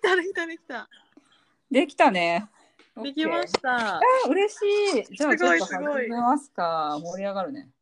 できた。 できたね。 できました。 嬉しい。じゃあちょっと始すごいめますか。盛り上がるね。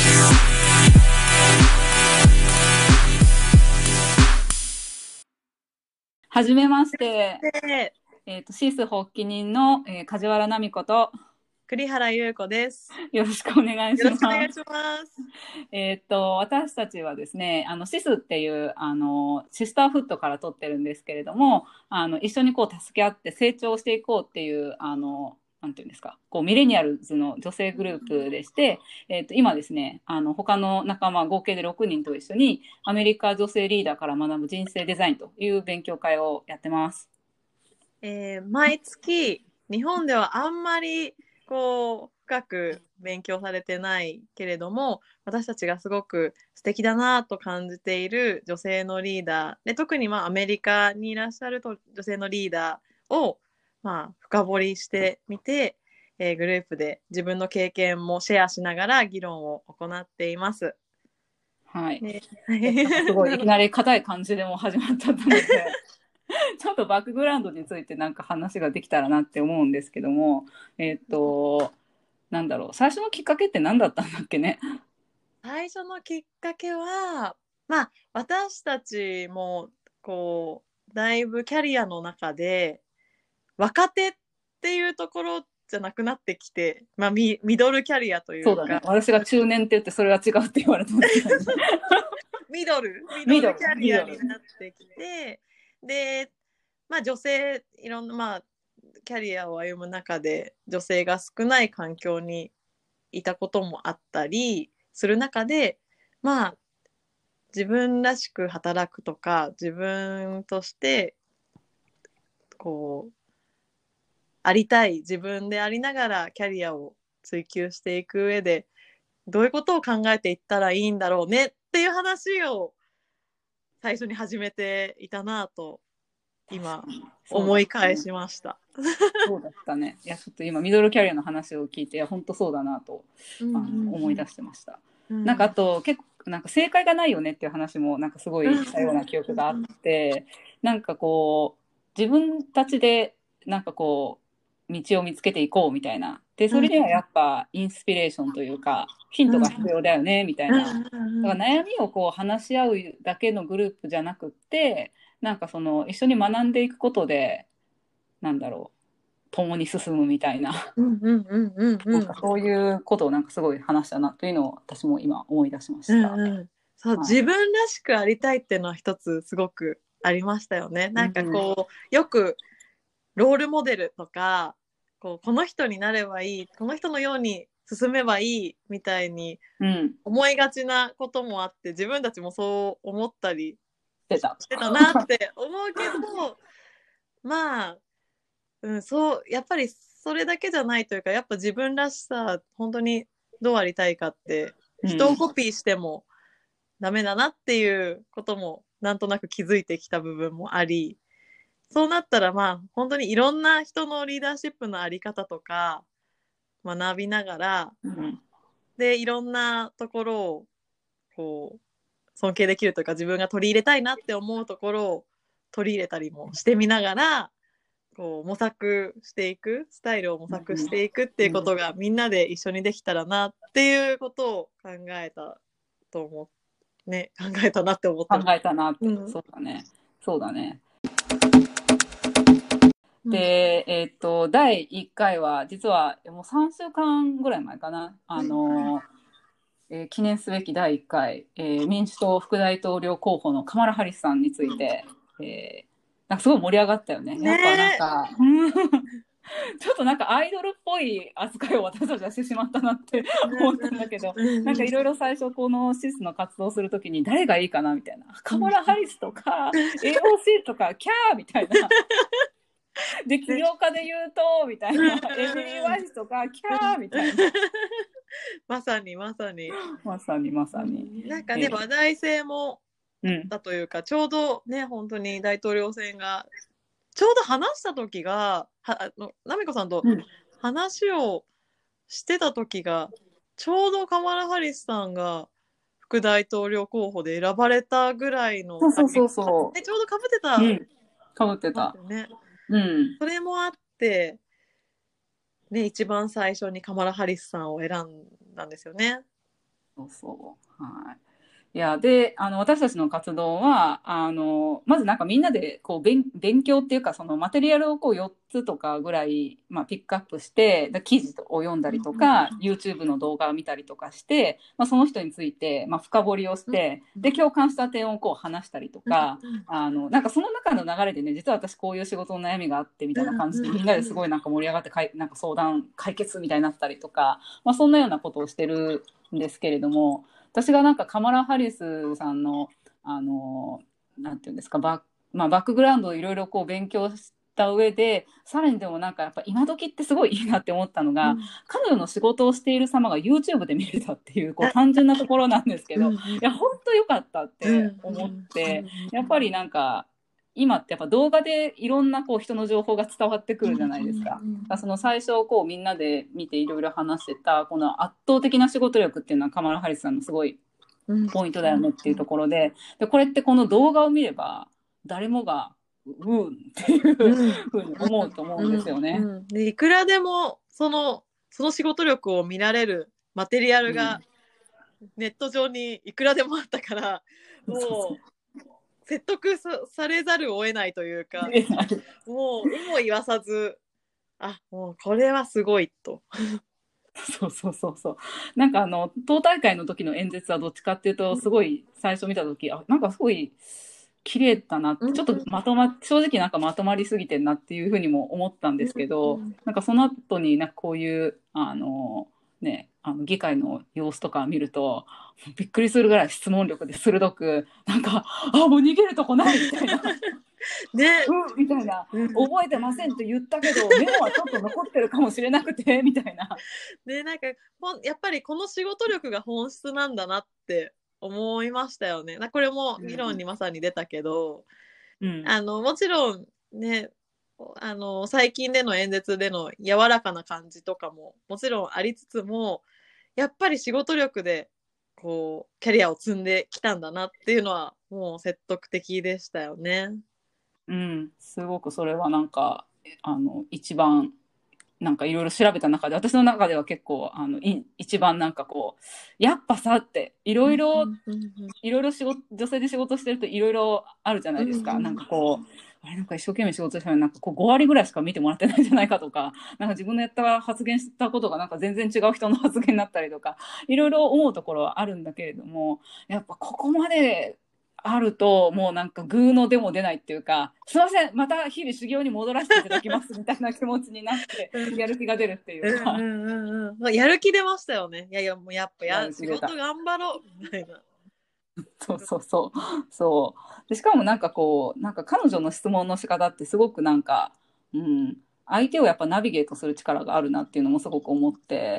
はじめまして。シス発起人の、梶原奈美子と栗原優子です。 よろしくお願いします。 よろしくお願いします。 私たちはですね、シスっていうシスターフットから取ってるんですけれども、一緒にこう助け合って成長していこうっていうなんていうんですか、こうミレニアルズの女性グループでして、今ですね、他の仲間合計で6人と一緒にアメリカ女性リーダーから学ぶ人生デザインという勉強会をやってます。 毎月日本ではあんまりこう深く勉強されてないけれども、私たちがすごく素敵だなと感じている女性のリーダーで、特にアメリカにいらっしゃる女性のリーダーを深掘りしてみて、グループで自分の経験もシェアしながら議論を行っています。 はい。すごいいきなり硬い感じでも始まっちゃったのでちょっとバックグラウンドについてなんか話ができたらなって思うんですけども、なんだろう、最初のきっかけって何だったんだっけね。 最初のきっかけは、私たちもこうだいぶキャリアの中で若手っていうところじゃなくなってきて、ミドルキャリアというか。 そうだね。私が中年って言ってそれは違うって言われたんですけど、ね、 ミドルキャリアになってきて、で、女性いろんなキャリアを歩む中で女性が少ない環境にいたこともあったりする中で、自分らしく働くとか、自分としてこうありたい自分でありながらキャリアを追求していく上でどういうことを考えていったらいいんだろうねっていう話を最初に始めていたなと今思い返しました。 そうだったね。いやちょっと今ミドルキャリアの話を聞いて、いや本当そうだなと思い出してました。なんかあと結構なんか正解がないよねっていう話もなんかすごいしたような記憶があって、なんかこう自分たちでなんかこう道を見つけていこうみたいな。でそれではやっぱインスピレーションというかヒントが必要だよねみたいな。だから悩みをこう話し合うだけのグループじゃなくって、なんかその一緒に学んでいくことでなんだろう、共に進むみたいな、なんかそういうことをなんかすごい話したなというのを私も今思い出しました。 そう、自分らしくありたいっていうのは一つすごくありましたよね。なんかこう、よくロールモデルとかこの人になればいい、この人のように進めばいいみたいに思いがちなこともあって、自分たちもそう思ったりしてたなって思うけどそうやっぱりそれだけじゃないというか、やっぱ自分らしさ本当にどうありたいかって人をコピーしてもダメだなっていうこともなんとなく気づいてきた部分もあり、そうなったら本当にいろんな人のリーダーシップのあり方とか学びながら、でいろんなところをこう尊敬できるというか、自分が取り入れたいなって思うところを取り入れたりもしてみながら、こう模索していく、スタイルを模索していくっていうことがみんなで一緒にできたらなっていうことを考えたと思うね。考えたなって思った考えたなって、そうだね。で、第1回は実はもう3週間ぐらい前かな、記念すべき第1回、民主党副大統領候補のカマラ・ハリスさんについて、なんかすごい盛り上がったよね。やっぱなんかちょっとなんかアイドルっぽい扱いを私たちはしてしまったなって思ったんだけど、なんかいろいろ最初このシスの活動するときに誰がいいかなみたいな、カマラ・ハリスとか AOC とかキャーみたいなで起業家で言うとみたいなエミリー・ワイスとかキャーみたいなまさになんかね、話題性もだというか、ちょうどね本当に大統領選がちょうど話した時がなみこさんと話をしてた時が、ちょうどカマラ・ハリスさんが副大統領候補で選ばれたぐらいの、 そうちょうど被ってたかぶってた。 ね。 うん。 それもあって、ね、一番最初にカマラ・ハリスさんを選んだんですよね。 そうそう。はい。いや、で、私たちの活動は、まずなんかみんなで、こう、勉強っていうか、そのマテリアルをこう4つとかぐらい、まあ、ピックアップして、で記事を読んだりとか、YouTube の動画を見たりとかして、まあ、その人について、まあ、深掘りをして、で、共感した点をこう話したりとか、なんかその中の流れでね、実は私こういう仕事の悩みがあって、みたいな感じで、みんなですごいなんか盛り上がってなんか相談、解決みたいになったりとか、まあ、そんなようなことをしてるんですけれども、私がなんかカマラ・ハリスさんの、なんていうんですか、まあ、バックグラウンドをいろいろこう勉強した上で、さらにでもなんかやっぱ今時ってすごいいいなって思ったのが、彼女の仕事をしている様が YouTube で見れたっていう、こう単純なところなんですけど、いや、本当良かったって思って、やっぱりなんか、今ってやっぱ動画でいろんなこう人の情報が伝わってくるじゃないですか。だからその最初こうみんなで見ていろいろ話してたこの圧倒的な仕事力っていうのはカマラ・ハリスさんのすごいポイントだよねっていうところで、これってこの動画を見れば誰もがうんっていうふうに思うと思うんですよね。 でいくらでもその仕事力を見られるマテリアルがネット上にいくらでもあったから、もう説得されざるを得ないというか、もう有無を言わさず、あ、もうこれはすごいと。 そうそうそうそう。なんか党大会の時の演説はどっちかっていうと、すごい最初見た時、あ、なんかすごい綺麗だなって、ちょっと正直なんかまとまりすぎてんなっていうふうにも思ったんですけど、なんかその後になんかこういう、ね、議会の様子とか見ると、びっくりするぐらい質問力で鋭く、なんか、あ、もう逃げるとこないみたいな。 ね、 みたいな、覚えてませんと言ったけど、メモはちょっと残ってるかもしれなくて、みたいな。 ね、なんかやっぱりこの仕事力が本質なんだなって思いましたよね。これも議論にまさに出たけど、もちろんね、最近での演説での柔らかな感じとかももちろんありつつも、やっぱり仕事力でこうキャリアを積んできたんだなっていうのはもう説得的でしたよね。 うん、すごくそれはなんか一番なんかいろいろ調べた中で、私の中では結構一番なんかこうやっぱさっていろいろ女性で仕事してるといろいろあるじゃないですか。なんかこうあれなんか一生懸命仕事したのになんかこう5割ぐらいしか見てもらってないんじゃないかとか、なんか自分のやった発言したことがなんか全然違う人の発言になったりとか、いろいろ思うところはあるんだけれども、やっぱここまであるともうなんかグーの出も出ないっていうか、すいませんまた日々修行に戻らせていただきますみたいな気持ちになってやる気が出るっていうか、 やる気出ましたよね。いやいやもうやっぱ仕事事頑張ろうみたいな。 そうそうそうそうで、しかもなんかこうなんか彼女の質問の仕方ってすごくなんか、うん、相手をやっぱナビゲートする力があるなっていうのもすごく思って、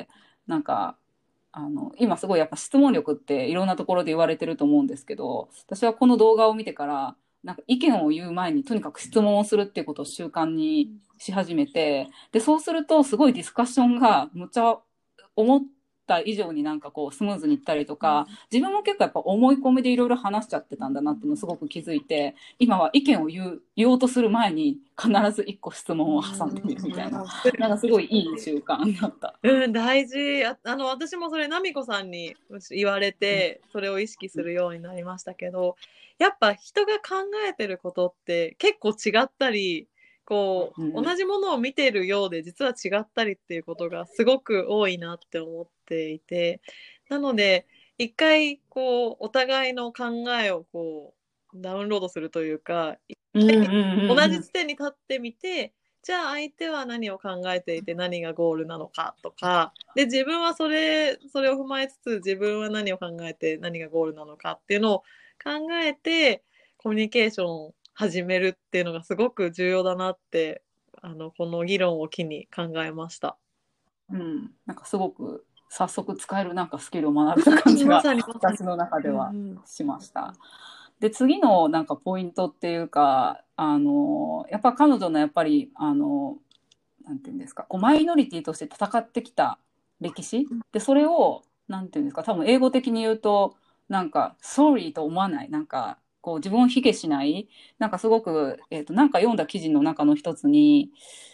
なんか今すごいやっぱ質問力っていろんなところで言われてると思うんですけど、私はこの動画を見てからなんか意見を言う前にとにかく質問をするっていうことを習慣にし始めて、でそうするとすごいディスカッションがむっちゃ思った以上になんかこうスムーズにいったりとか、自分も結構やっぱ思い込みでいろいろ話しちゃってたんだなっていうのをすごく気づいて、今は意見を言おうとする前に必ず一個質問を挟んでみるみたいな、なんかすごいいい習慣になった。 大事。私もそれ奈美子さんに言われてそれを意識するようになりましたけど、やっぱ人が考えてることって結構違ったり、こう、同じものを見てるようで実は違ったりっていうことがすごく多いなって思っていて、なので一回こうお互いの考えをこうダウンロードするというか、同じ地点に立ってみて、じゃあ相手は何を考えていて何がゴールなのかとかで、自分はそれを踏まえつつ自分は何を考えて何がゴールなのかっていうのを考えてコミュニケーションを始めるっていうのがすごく重要だなってこの議論を機に考えました。 なんかすごく早速使えるなんかスキルを学べた感じが私の中ではしました。で次のなんかポイントっていうか、やっぱ彼女のやっぱりなんていうんですか、こうマイノリティとして戦ってきた歴史で、それをなんていうんですか、多分英語的に言うとなんか sorry と思わない、なんかこう自分を卑下しない、なんかすごく、なんか読んだ記事の中の一つに、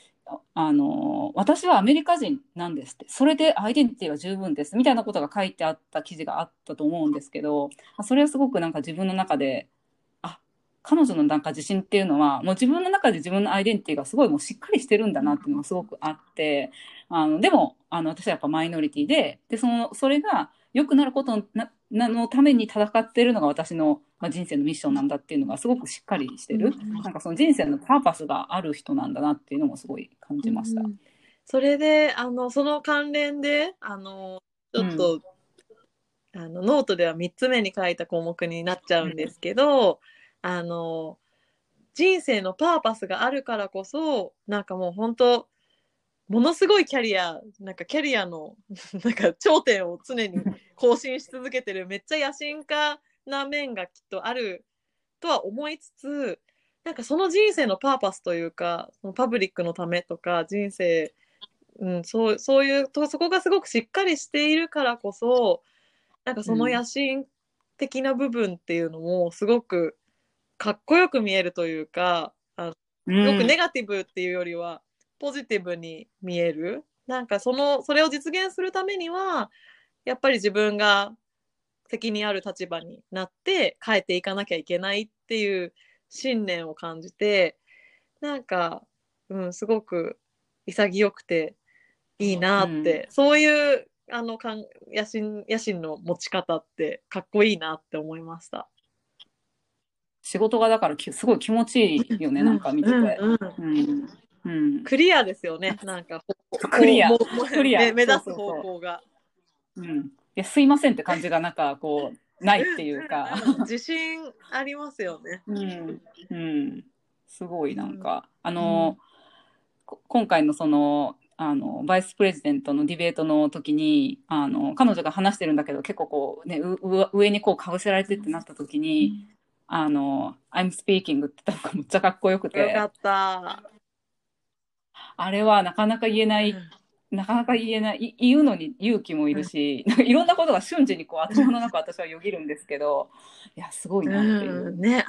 私はアメリカ人なんですって、それでアイデンティティは十分ですみたいなことが書いてあった記事があったと思うんですけど、それはすごくなんか自分の中で、あ、彼女のなんか自信っていうのはもう自分の中で自分のアイデンティティがすごいもうしっかりしてるんだなっていうのがすごくあって、でも私はやっぱマイノリティでそれが良くなることのために戦っているのが私の、人生のミッションなんだっていうのがすごくしっかりしてる、なんかその人生のパーパスがある人なんだなっていうのもすごい感じました。 それでその関連でちょっと、ノートでは3つ目に書いた項目になっちゃうんですけど、人生のパーパスがあるからこそなんかもう本当ものすごいキャリアのなんか頂点を常に更新し続けてるめっちゃ野心家な面がきっとあるとは思いつつ、なんかその人生のパーパスというかそのパブリックのためとか人生、そういうそこがすごくしっかりしているからこそなんかその野心的な部分っていうのもすごくかっこよく見えるというか、すごくネガティブっていうよりはポジティブに見える。なんかそれを実現するためにはやっぱり自分が責任ある立場になって変えていかなきゃいけないっていう信念を感じて、なんか、すごく潔くていいなって、そういう野心の持ち方ってかっこいいなって思いました。 仕事がだからすごい気持ちいいよね、なんか見てて。 クリアですよね、なんかクリア目指す方向が。 いやすいませんって感じがなんかこうないっていうか自信ありますよね。 すごいなんか、今回のそのバイスプレジデントのディベートの時に彼女が話してるんだけど結構こうね上にこうかぶせられてってなった時にI'm speaking って多分めっちゃかっこよくて、 よかった。 あれはなかなか言えない、なかなか言えない、言うのに勇気もいるし、なんかいろんなことが瞬時にこう頭の中私はよぎるんですけど、いやすごいなっていう。 ね、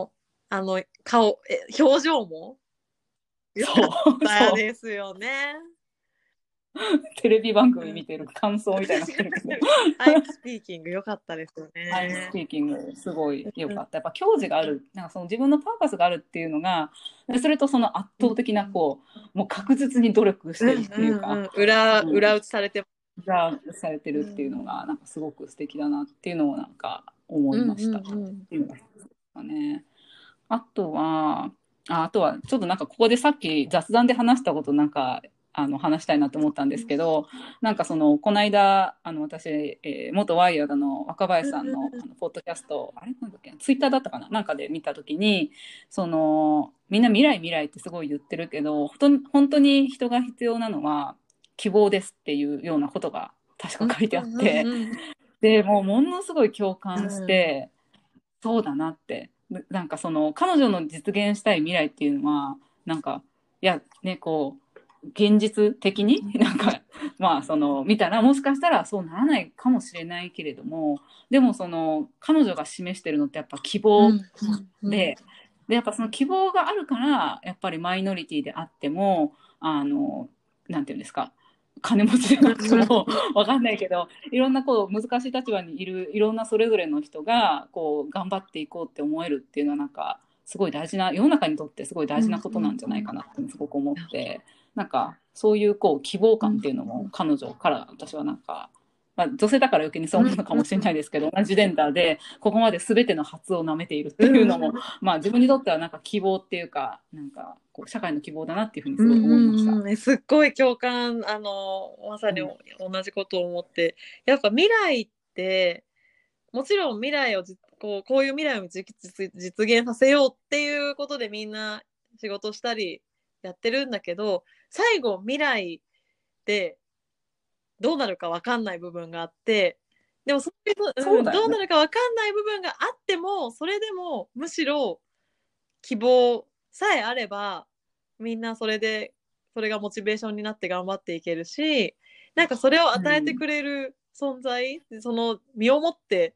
表情もよかったですよね。 テレビ番組見てる感想みたいになってるけど。 アイスピーキング良かったですよね。 アイスピーキングすごい良かった。やっぱ矜持がある、なんかその自分のパーパスがあるっていうのが、それとその圧倒的なこう、もう確実に努力してるっていうか、 裏打ちされて裏打ちされてるっていうのがなんかすごく素敵だなっていうのをなんか思いました。っていうのがね。あとはちょっとなんかここでさっき雑談で話したことなんか話したいなと思ったんですけど、なんかそのこの間私、元ワイヤードの若林さんのポッドキャストあれなんだっけツイッターだったかななんかで見た時にそのみんな未来ってすごい言ってるけど本当に人が必要なのは希望ですっていうようなことが確か書いてあって、でもうものすごい共感して、そうだなってなんかその彼女の実現したい未来っていうのはなんかいやねこう現実的になんかまあその見たらもしかしたらそうならないかもしれないけれども、でもその彼女が示してるのってやっぱ希望で、やっぱその希望があるからやっぱりマイノリティであってもなんていうんですか金持ちでなくてもわかんないけどいろんなこう難しい立場にいるいろんなそれぞれの人がこう頑張っていこうって思えるっていうのはなんかすごい大事な世の中にとってすごい大事なことなんじゃないかなってすごく思って、なんかそういうこう希望感っていうのも彼女から私はなんか、女性だから余計にそう思うのかもしれないですけど、同じジェンダーでここまで全ての発をなめているっていうのも、自分にとってはなんか希望っていうかなんかこう社会の希望だなっていうふうにすごい思いました。 すっごい共感まさに同じことを思って、やっぱ未来ってもちろん未来をこういう未来を実現させようっていうことでみんな仕事したりやってるんだけど、最後未来でどうなるか分かんない部分があって、でもどうなるか分かんない部分があってもそれでもむしろ希望さえあればみんなそれがモチベーションになって頑張っていけるし、なんかそれを与えてくれる存在、その身をもって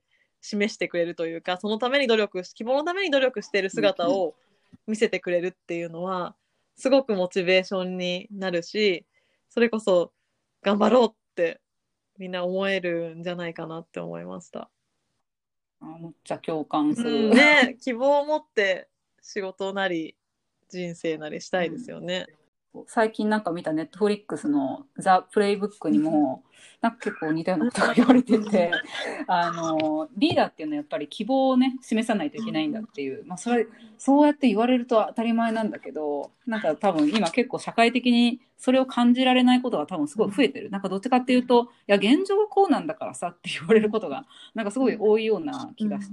示してくれるというか、そのために希望のために努力している姿を見せてくれるっていうのはすごくモチベーションになるし、それこそ頑張ろうってみんな思えるんじゃないかなって思いました。 めっちゃ共感する、 ね、希望を持って仕事なり人生なりしたいですよね。 最近なんか見たネットフリックスのザ・プレイブックにもなんか結構似たようなことが言われててリーダーっていうのはやっぱり希望をね示さないといけないんだっていう、そうやって言われると当たり前なんだけど、なんか多分今結構社会的にそれを感じられないことが多分すごい増えてる。なんかどっちかっていうと、いや現状はこうなんだからさって言われることがなんかすごい多いような気がして、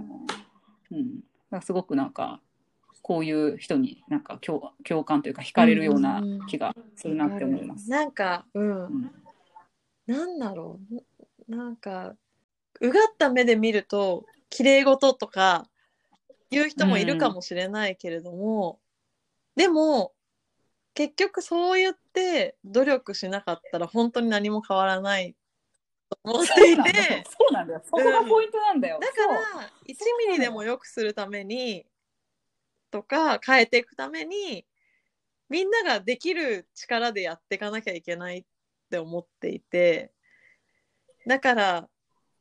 なんかすごくなんかこういう人になんか共感というか惹かれるような気がするなって思います。 なんか、なんだろう、なんかうがった目で見ると綺麗事とか言う人もいるかもしれないけれども、でも結局そう言って努力しなかったら本当に何も変わらないと思っていて、 そうなんだよ、そこがポイントなんだよ。 だから1ミリでも良くするためにとか変えていくためにみんなができる力でやっていかなきゃいけないって思っていて、だから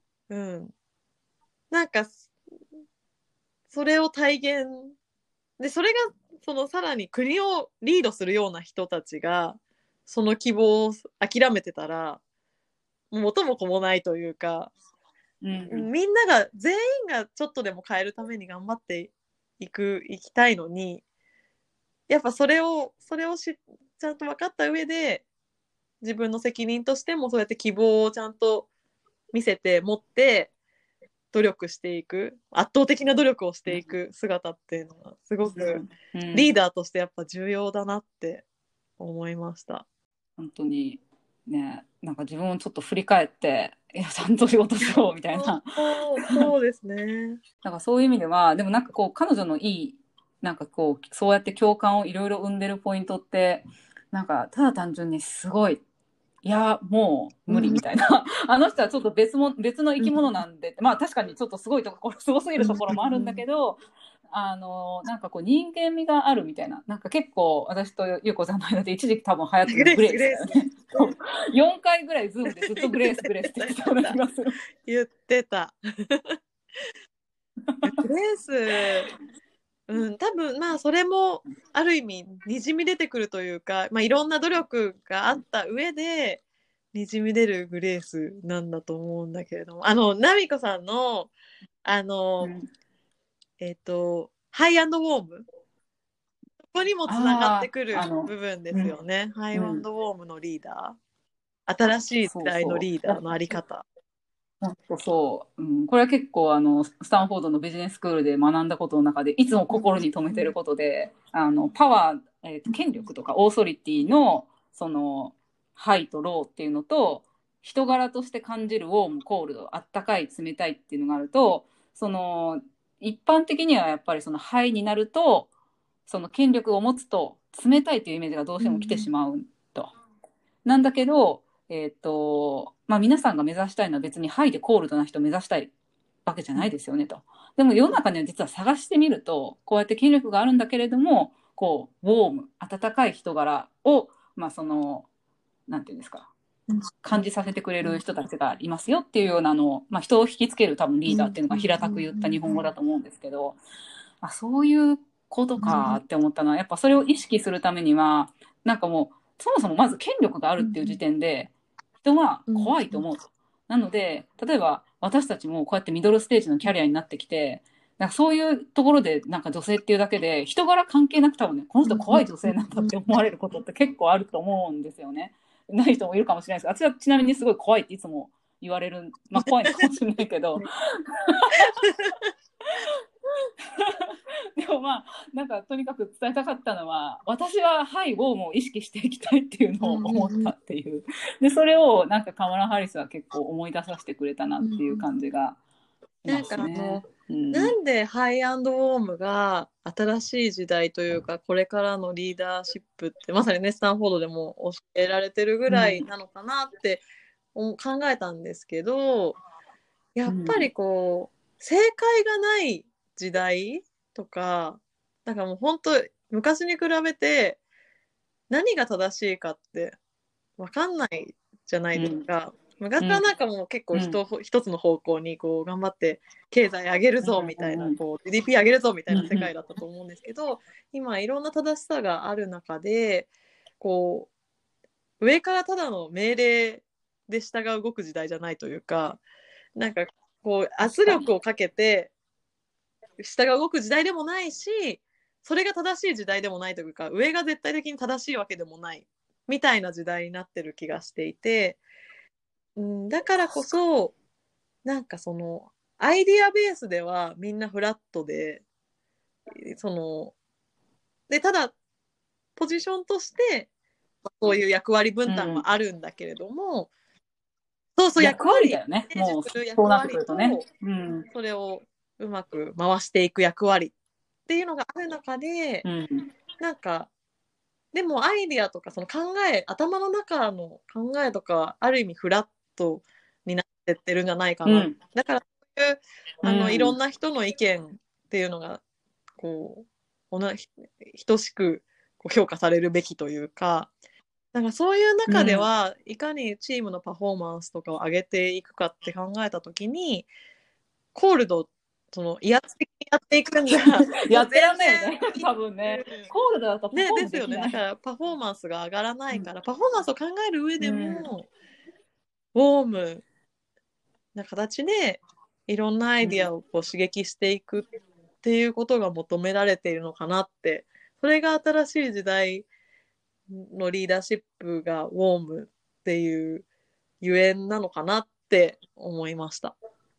なんかそれを体現で、それがそのさらに国をリードするような人たちがその希望を諦めてたらもう元も子もないというか、みんなが全員がちょっとでも変えるために頑張っていきたいのに、やっぱそれをちゃんと分かった上で自分の責任としてもそうやって希望をちゃんと見せて持って努力していく、圧倒的な努力をしていく姿っていうのはすごくリーダーとしてやっぱ重要だなって思いました。 本当にね、なんか自分をちょっと振り返っていやちゃんと仕事しようみたいなそうですね。 なんかそういう意味ではでもなんかこう彼女のいいなんかこうそうやって共感をいろいろ生んでるポイントってなんかただ単純にすごいいやもう無理みたいな、あの人はちょっと別の生き物なんで、まあ確かにちょっとすごいところすごすぎるところもあるんだけど、なんかこう人間味があるみたいな、なんか結構私とゆうこさんの間で一時期多分流行ってるグレースだよね。4回ぐらいズームでずっとグレースって言ってたような気がする。 言ってた。グレース多分まあそれもある意味にじみ出てくるというか、いろんな努力があった上でにじみ出るグレースなんだと思うんだけれども、ナミコさんのハイアンドウォーム、ここにもつながってくる部分ですよね。ハイアンドウォームのリーダー、新しい時代のリーダーのあり方。 そう、これは結構スタンフォードのビジネススクールで学んだことの中でいつも心に留めてることで、パワー、権力とかオーソリティのそのハイとローっていうのと人柄として感じるウォームコールド、あったかい冷たいっていうのがあると、その一般的にはやっぱりそのハイになるとその権力を持つと冷たいというイメージがどうしても来てしまうと。なんだけど皆さんが目指したいのは別にハイでコールドな人を目指したいわけじゃないですよねと。でも世の中には実は探してみるとこうやって権力があるんだけれどもこうウォーム温かい人柄をなんていうんですか、感じさせてくれる人たちがいますよっていうような人を引きつける多分リーダーっていうのが平たく言った日本語だと思うんですけど、そういうことかって思ったのはやっぱそれを意識するためにはなんかもうそもそもまず権力があるっていう時点で人は怖いと思う。なので例えば私たちもこうやってミドルステージのキャリアになってきてなんかそういうところでなんか女性っていうだけで人柄関係なく多分ねこの人怖い女性なんだって思われることって結構あると思うんですよね。ない人もいるかもしれないですけど、私はちなみにすごい怖いっていつも言われる、怖いのかもしれないけどでもなんかとにかく伝えたかったのは私はウォームを意識していきたいっていうのを思ったっていう、でそれをなんかカマラ・ハリスは結構思い出させてくれたなっていう感じがしますね。 なんでハイアンドウォームが新しい時代というかこれからのリーダーシップってまさにねスタンフォードでも教えられてるぐらいなのかなって考えたんですけど、 やっぱりこう、正解がない時代とか、なんかもう本当昔に比べて何が正しいかって分かんないじゃないですか。昔はなんかもう結構一つの方向にこう頑張って経済上げるぞみたいな、こう GDP 上げるぞみたいな世界だったと思うんですけど、今いろんな正しさがある中で、こう上からただの命令で下が動く時代じゃないというか、なんかこう圧力をかけて下が動く時代でもないし、それが正しい時代でもないというか、上が絶対的に正しいわけでもないみたいな時代になってる気がしていて、だからこそなんかそのアイディアベースではみんなフラットで、そのでただポジションとしてそういう役割分担はあるんだけれども、そうそう役割だよね。もうそうなってくるとね。 それをうまく回していく役割っていうのがある中で、なんかでもアイディアとかその頭の中の考えとかある意味フラットになってってるんじゃないかな。だからそういういろんな人の意見っていうのがこう等しくこう評価されるべきというか、なんかそういう中ではいかにチームのパフォーマンスとかを上げていくかって考えたときに、コールドその威圧的にやっていくんだやってらんないよね多分ね。コールドだとパフォーマンスできない。 ですよね。だからパフォーマンスが上がらないから、パフォーマンスを考える上でも、ウォームな形でいろんなアイディアをこう刺激していくっていうことが求められているのかなって、それが新しい時代のリーダーシップがウォームっていうゆえんなのかなって思いました。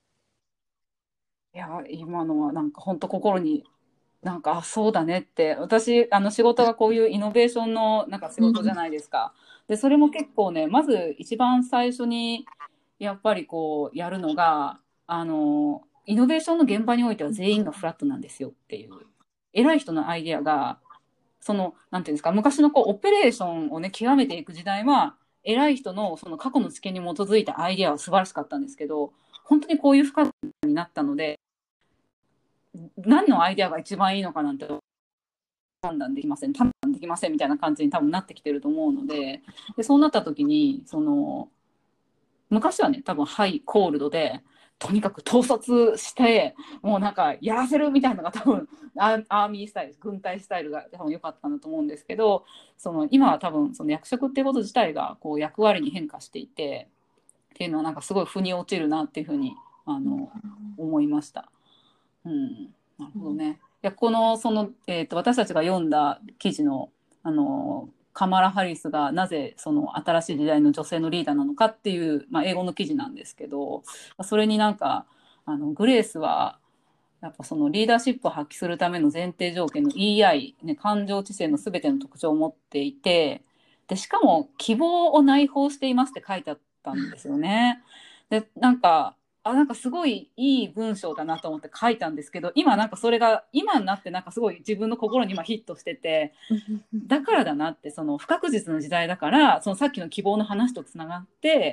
いや今のはなんか本当心になんかそうだねって、私仕事がこういうイノベーションのなんか仕事じゃないですか。でそれも結構ね、まず一番最初にやっぱりこうやるのがイノベーションの現場においては全員がフラットなんですよっていう、偉い人のアイデアがそのなんていうんですか、昔のこうオペレーションをね極めていく時代は偉い人のその過去の知見に基づいたアイデアは素晴らしかったんですけど、本当にこういう不可能になったので、何のアイデアが一番いいのかなんて判断できませんみたいな感じに多分なってきてると思うので、そうなった時に昔はね多分ハイコールドでとにかく統率してもうなんかやらせるみたいなのが多分アーミースタイル、軍隊スタイルが多分良かったんだと思うんですけど、今は多分その役職っていうこと自体がこう役割に変化していてっていうのはなんかすごい腑に落ちるなっていうふうに思いました。なるほどね。いや私たちが読んだ記事のカマラ・ハリスがなぜその新しい時代の女性のリーダーなのかっていう、英語の記事なんですけど、それになんかグレースはやっぱそのリーダーシップを発揮するための前提条件の EI、ね、感情知性の全ての特徴を持っていて、でしかも希望を内包していますって書いてあったんですよね。でなんかすごいいい文章だなと思って書いたんですけど、今なんかそれが今になってなんかすごい自分の心に今ヒットしてて、だからだなって、その不確実な時代だからそのさっきの希望の話とつながって、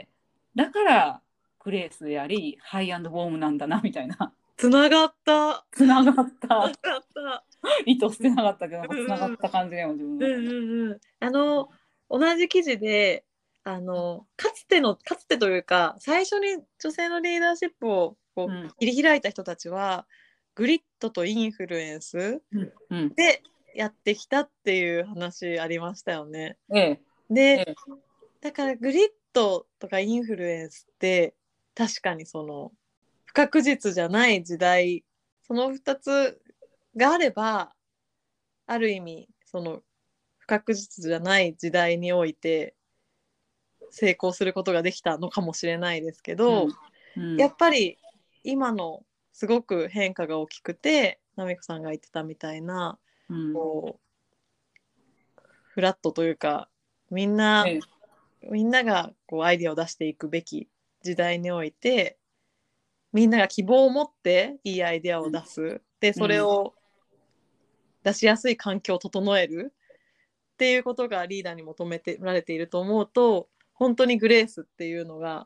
だからグレースでありハイアンドウォームなんだなみたいな。 つながったつながった意図してなかったけどつながった感じが自分の同じ記事でかつてというか最初に女性のリーダーシップをこう切り開いた人たちは、グリッドとインフルエンスでやってきたっていう話ありましたよね。で、だからグリッドとかインフルエンスって確かにその不確実じゃない時代、その2つがあればある意味その不確実じゃない時代において成功することができたのかもしれないですけど、やっぱり今のすごく変化が大きくて、なみこさんが言ってたみたいな、こうフラットというかみんながこうアイデアを出していくべき時代において、みんなが希望を持っていいアイデアを出す、でそれを出しやすい環境を整えるっていうことがリーダーに求めてられていると思うと、本当にグレースっていうのが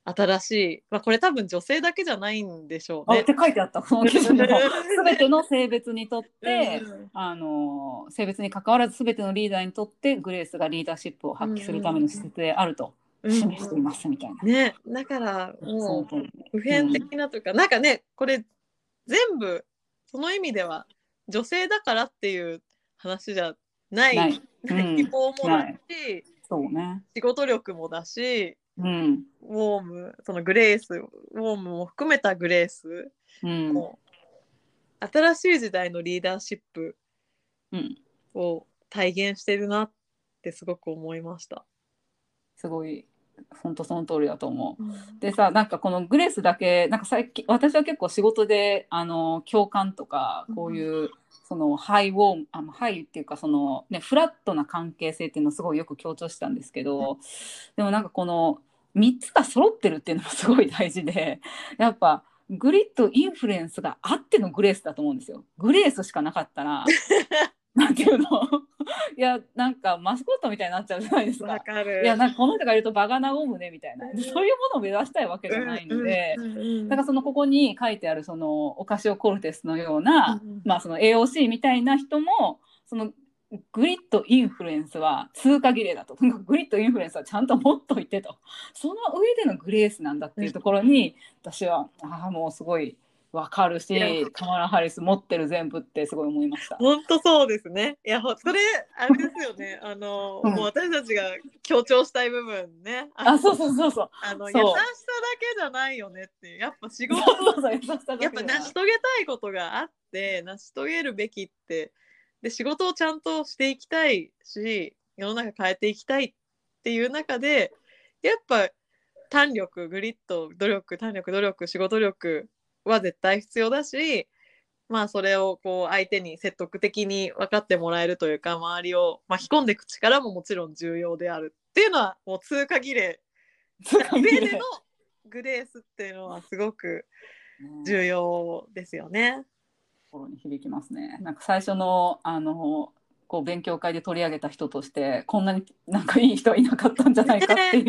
新しい、まあ、これ多分女性だけじゃないんでしょうね。 って書いてあったその記事でも全ての性別にとってうん性別に関わらず全てのリーダーにとってグレースがリーダーシップを発揮するための施設であると示していますみたいな。 ね、だからもう普遍的なというか、なんかねこれ全部その意味では女性だからっていう話じゃない希望もだし、 そうね、 仕事力もだし、 うん、 ウォームそのグレースウォームも含めたグレース、もう新しい時代のリーダーシップを体現してるなってすごく思いました。 すごい本当その通りだと思う。でさ、なんかこのグレースだけなんか最近私は結構仕事で共感とかこういうそのハイウォームハイっていうかそのねフラットな関係性っていうのをすごいよく強調したんですけど、でもなんかこの3つが揃ってるっていうのもすごい大事で、やっぱグリッドインフルエンスがあってのグレースだと思うんですよ。グレースしかなかったらなんていうのいやなんかマスコットみたいになっちゃうじゃないですか。いやなんかこの人がいると場が和むねみたいな、そういうものを目指したいわけじゃないので、だからそのここに書いてあるそのオカシオ・コルテスのような、まあその AOC みたいな人もそのグリッドインフルエンスは通過儀礼だと、グリッドインフルエンスはちゃんと持っといてと、その上でのグレースなんだっていうところに私はもうすごいわかるし、カマラ・ハリス持ってる全部ってすごい思いました。 本当そうですね。いやそれあれですよね。もう私たちが強調したい部分ね。 そうそうそうそう。 優しさだけじゃないよねっていう。やっぱ仕事やっぱ成し遂げたいことがあって成し遂げるべきってで仕事をちゃんとしていきたいし世の中変えていきたいっていう中でやっぱ胆力グリッド努力胆力努力仕事力は絶対必要だし、まあそれをこう相手に説得的に分かってもらえるというか周りを巻き込んでいく力ももちろん重要であるっていうのはもう通過儀礼上でのグレースっていうのはすごく重要ですよね。 心に響きますね。なんか最初のこう勉強会で取り上げた人としてこんなになんかいい人はいなかったんじゃないかっていう。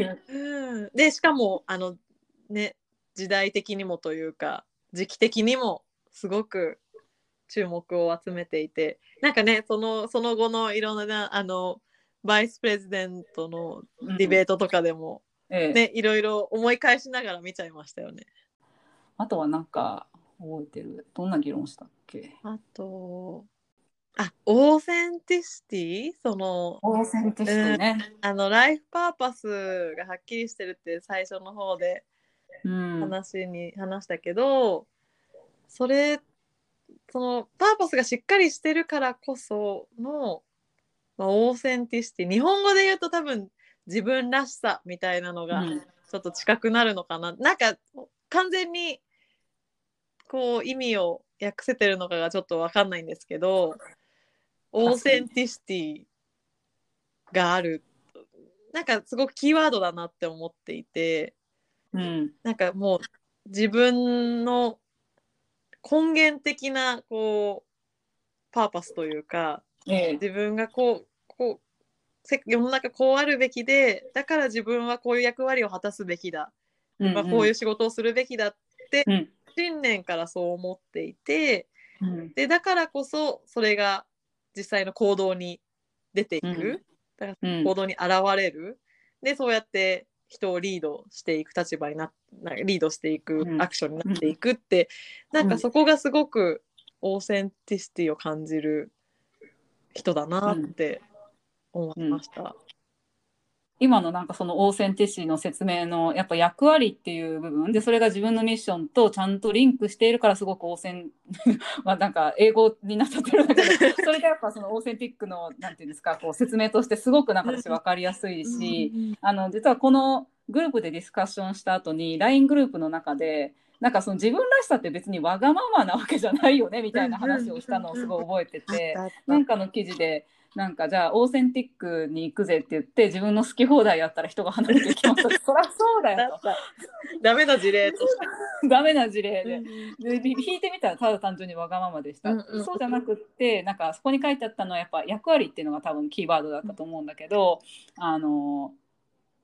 でしかもね時代的にもというか時期的にもすごく注目を集めていて、なんかねその後のいろんなバイスプレジデントのディベートとかでも、ねいろいろ思い返しながら見ちゃいましたよね。 あとはなんか覚えてるどんな議論したっけ？ あとオーセンティシティそのオーセンティシティね、 ライフパーパスがはっきりしてるって最初の方で話したけど、そのパーパスがしっかりしてるからこその、オーセンティシティ日本語で言うと多分自分らしさみたいなのがちょっと近くなるのかな、なんか完全にこう意味を訳せてるのかがちょっと分かんないんですけど、オーセンティシティがあるなんかすごくキーワードだなって思っていて、なんかもう自分の根源的なこうパーパスというか、自分がこう世の中こうあるべきでだから自分はこういう役割を果たすべきだ、こういう仕事をするべきだって信念からそう思っていて、でだからこそそれが実際の行動に出ていく、だから行動に現れる、でそうやって人をリードしていく立場にリードしていくアクションになっていくって、なんかそこがすごくオーセンティシティを感じる人だなって思いました。 今のなんかそのオーセンティシティの説明のやっぱ役割っていう部分でそれが自分のミッションとちゃんとリンクしているからすごくオーセンまあなんか英語になっちゃってるんだけどそれがやっぱそのオーセンティックのなんていうんですかこう説明としてすごくなんか私分かりやすいし、実はこのグループでディスカッションした後に LINE グループの中でなんかその自分らしさって別にわがままなわけじゃないよねみたいな話をしたのをすごい覚えてて、なんかの記事でなんかじゃあオーセンティックに行くぜって言って自分の好き放題やったら人が離れていきますそりゃそうだよとダメな事例としてダメな事例で、引いてみたらただ単純にわがままでした、そうじゃなくってなんかそこに書いてあったのはやっぱ役割っていうのが多分キーワードだったと思うんだけど、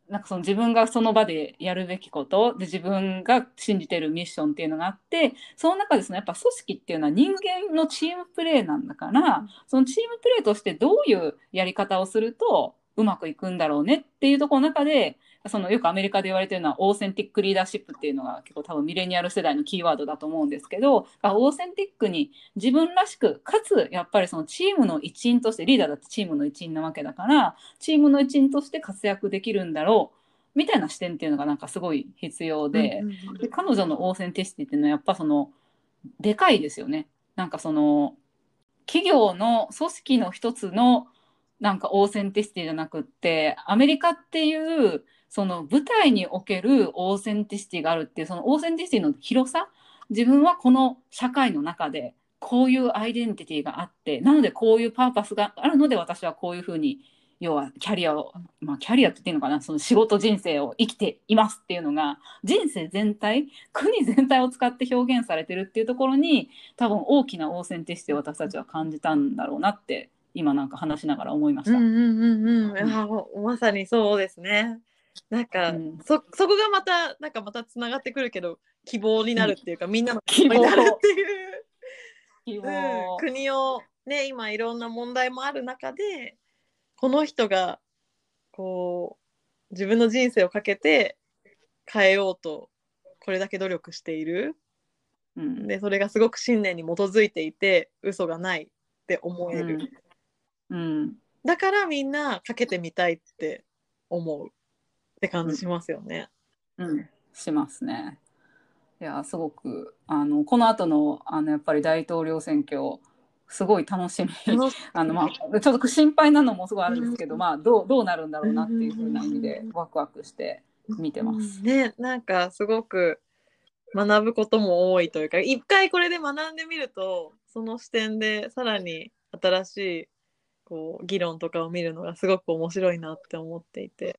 なんかその自分がその場でやるべきことで自分が信じてるミッションっていうのがあって、その中でそのやっぱ組織っていうのは人間のチームプレーなんだから、そのチームプレーとしてどういうやり方をするとうまくいくんだろうねっていうところの中で、そのよくアメリカで言われてるのはオーセンティックリーダーシップっていうのが結構多分ミレニアル世代のキーワードだと思うんですけど、オーセンティックに自分らしくかつやっぱりそのチームの一員として、リーダーだってチームの一員なわけだからチームの一員として活躍できるんだろうみたいな視点っていうのがなんかすごい必要で、で彼女のオーセンティシティっていうのはやっぱそのでかいですよね。なんかその企業の組織の一つのなんかオーセンティシティじゃなくって、アメリカっていうその舞台におけるオーセンティシティがあるっていう、そのオーセンティシティの広さ、自分はこの社会の中でこういうアイデンティティがあって、なのでこういうパーパスがあるので私はこういうふうに、要はキャリアを、まあ、キャリアって言っていいのかな、その仕事人生を生きていますっていうのが人生全体、国全体を使って表現されてるっていうところに多分大きなオーセンティシティを私たちは感じたんだろうなって今なんか話しながら思いました。 まさにそうですね。なんか、そこがまたなんかまたつながってくるけど希望になるっていうか、みんなの希望になるっていう国をね、今いろんな問題もある中でこの人がこう自分の人生をかけて変えようとこれだけ努力している、でそれがすごく信念に基づいていて嘘がないって思える、だからみんなかけてみたいって思うって感じしますよね。 しますね。いやすごくこの後のやっぱり大統領選挙すごい楽しみまあ、ちょっと心配なのもすごいあるんですけど、まあ、どうなるんだろうなっていう風な意味でワクワクして見てます。 ね、なんかすごく学ぶことも多いというか、一回これで学んでみるとその視点でさらに新しいこう議論とかを見るのがすごく面白いなって思っていて。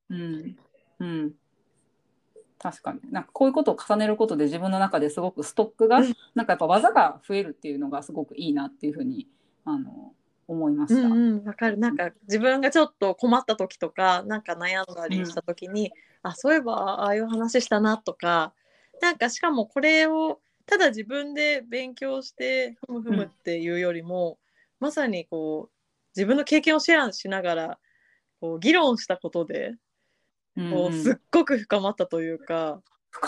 確かになんかこういうことを重ねることで自分の中ですごくストックが、なんかやっぱ技が増えるっていうのがすごくいいなっていうふうに思いました。 わかる。なんか自分がちょっと困った時とかなんか悩んだりした時に、そういえばああいう話したなとか、なんかしかもこれをただ自分で勉強してふむふむっていうよりも、まさにこう自分の経験をシェアしながらこう議論したことで、こうすっごく深まったというか、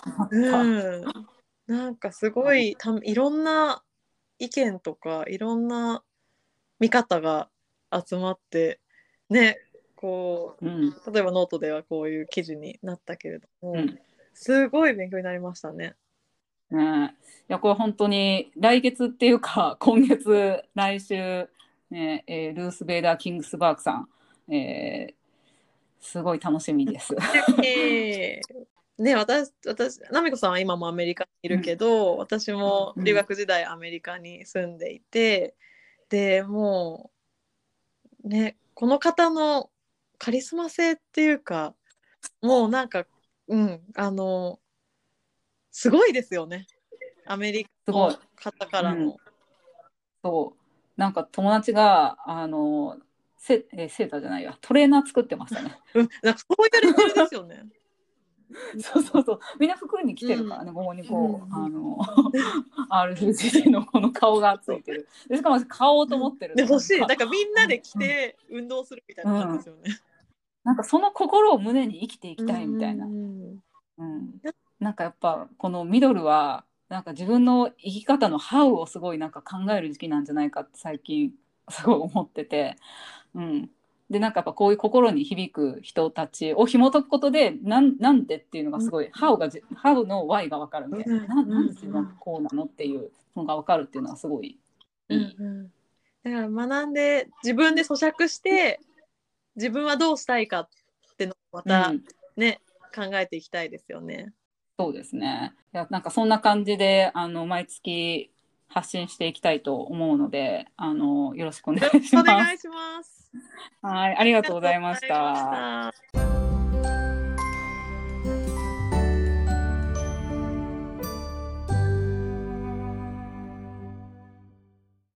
なんかすごいいろんな意見とかいろんな見方が集まってね、こう、例えばノートではこういう記事になったけれども、すごい勉強になりましたね。 いやこれ本当に来月っていうか今月来週、ねルース・ベイダー・キングスバーグさん、すごい楽しみです。 ね、私奈美子さんは今もアメリカにいるけど、私も留学時代アメリカに住んでいて、でもうね、この方のカリスマ性っていうか、もうなんかすごいですよね、アメリカの方からの。 そうなんか友達がセーターじゃないやトレーナー作ってましたね。 なんかそういうレベルですよね。 そうみんな服に着てるからね、ここにこうRGC のこの顔がついてる。でしかも買おうと思ってる。 欲しい。だからみんなで着て運動するみたいな感じですよね。 なんかその心を胸に生きていきたいみたいな。なんかやっぱこのミドルはなんか自分の生き方のハウをすごいなんか考える時期なんじゃないかって最近すごい思ってて、でなんかやっぱこういう心に響く人たちを紐解くことでなんでっていうのがすごい、ハウの Y が分かるみたいな、なんで自分はこうなのっていうのが分かるっていうのはすごいいい。 だから学んで自分で咀嚼して自分はどうしたいかってのをまたね、考えていきたいですよね。 そうですね。いやなんかそんな感じで毎月発信していきたいと思うのでよろしくお願いします。 お願いします。 はい、ありがとうございました。